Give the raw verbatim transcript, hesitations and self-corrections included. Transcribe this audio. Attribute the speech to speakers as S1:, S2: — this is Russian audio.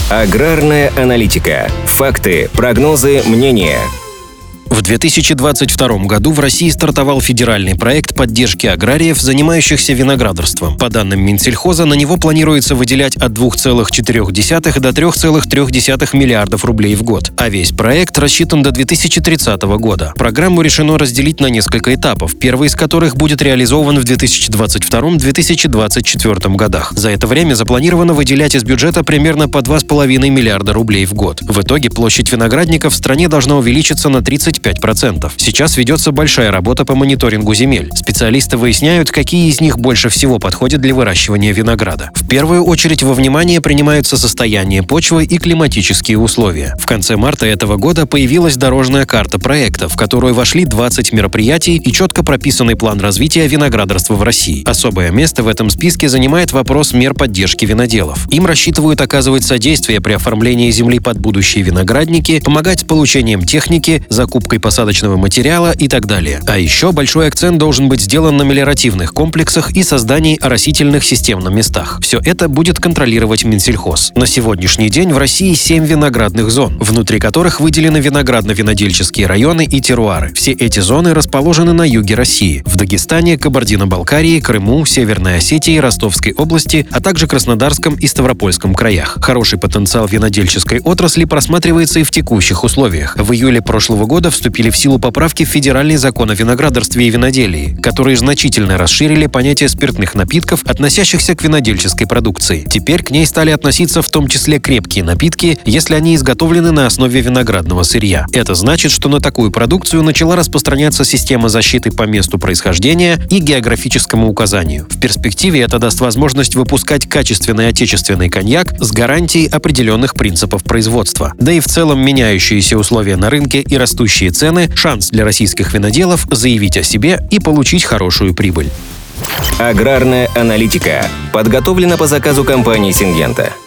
S1: Аграрная аналитика. Факты, прогнозы, мнения.
S2: В две тысячи двадцать втором году в России стартовал федеральный проект поддержки аграриев, занимающихся виноградарством. По данным Минсельхоза, на него планируется выделять от двух целых четырёх десятых до трёх целых трёх десятых миллиардов рублей в год. А весь проект рассчитан до две тысячи тридцатого года. Программу решено разделить на несколько этапов, первый из которых будет реализован в две тысячи двадцать втором — две тысячи двадцать четвёртом годах. За это время запланировано выделять из бюджета примерно по два с половиной миллиарда рублей в год. В итоге площадь виноградников в стране должна увеличиться на тридцать пять процентов. Сейчас ведется большая работа по мониторингу земель. Специалисты выясняют, какие из них больше всего подходят для выращивания винограда. В первую очередь во внимание принимаются состояние почвы и климатические условия. В конце марта этого года появилась дорожная карта проекта, в которую вошли двадцать мероприятий и четко прописанный план развития виноградарства в России. Особое место в этом списке занимает вопрос мер поддержки виноделов. Им рассчитывают оказывать содействие при оформлении земли под будущие виноградники, помогать с получением техники, закупкой посадочного материала и так далее. А еще большой акцент должен быть сделан на мелиоративных комплексах и создании оросительных систем на местах. Все это будет контролировать Минсельхоз. На сегодняшний день в России семь виноградных зон, внутри которых выделены виноградно-винодельческие районы и теруары. Все эти зоны расположены на юге России – в Дагестане, Кабардино-Балкарии, Крыму, Северной Осетии, Ростовской области, а также Краснодарском и Ставропольском краях. Хороший потенциал винодельческой отрасли просматривается и в текущих условиях. В июле прошлого года вступили в силу поправки в Федеральный закон о виноградарстве и виноделии, которые значительно расширили понятие спиртных напитков, относящихся к винодельческой продукции. Теперь к ней стали относиться в том числе крепкие напитки, если они изготовлены на основе виноградного сырья. Это значит, что на такую продукцию начала распространяться система защиты по месту происхождения и географическому указанию. В перспективе это даст возможность выпускать качественный отечественный коньяк с гарантией определенных принципов производства. Да и в целом меняющиеся условия на рынке и растущие цены – шанс для российских виноделов заявить о себе и получить хорошую прибыль.
S1: Аграрная аналитика подготовлена по заказу компании «Сингента».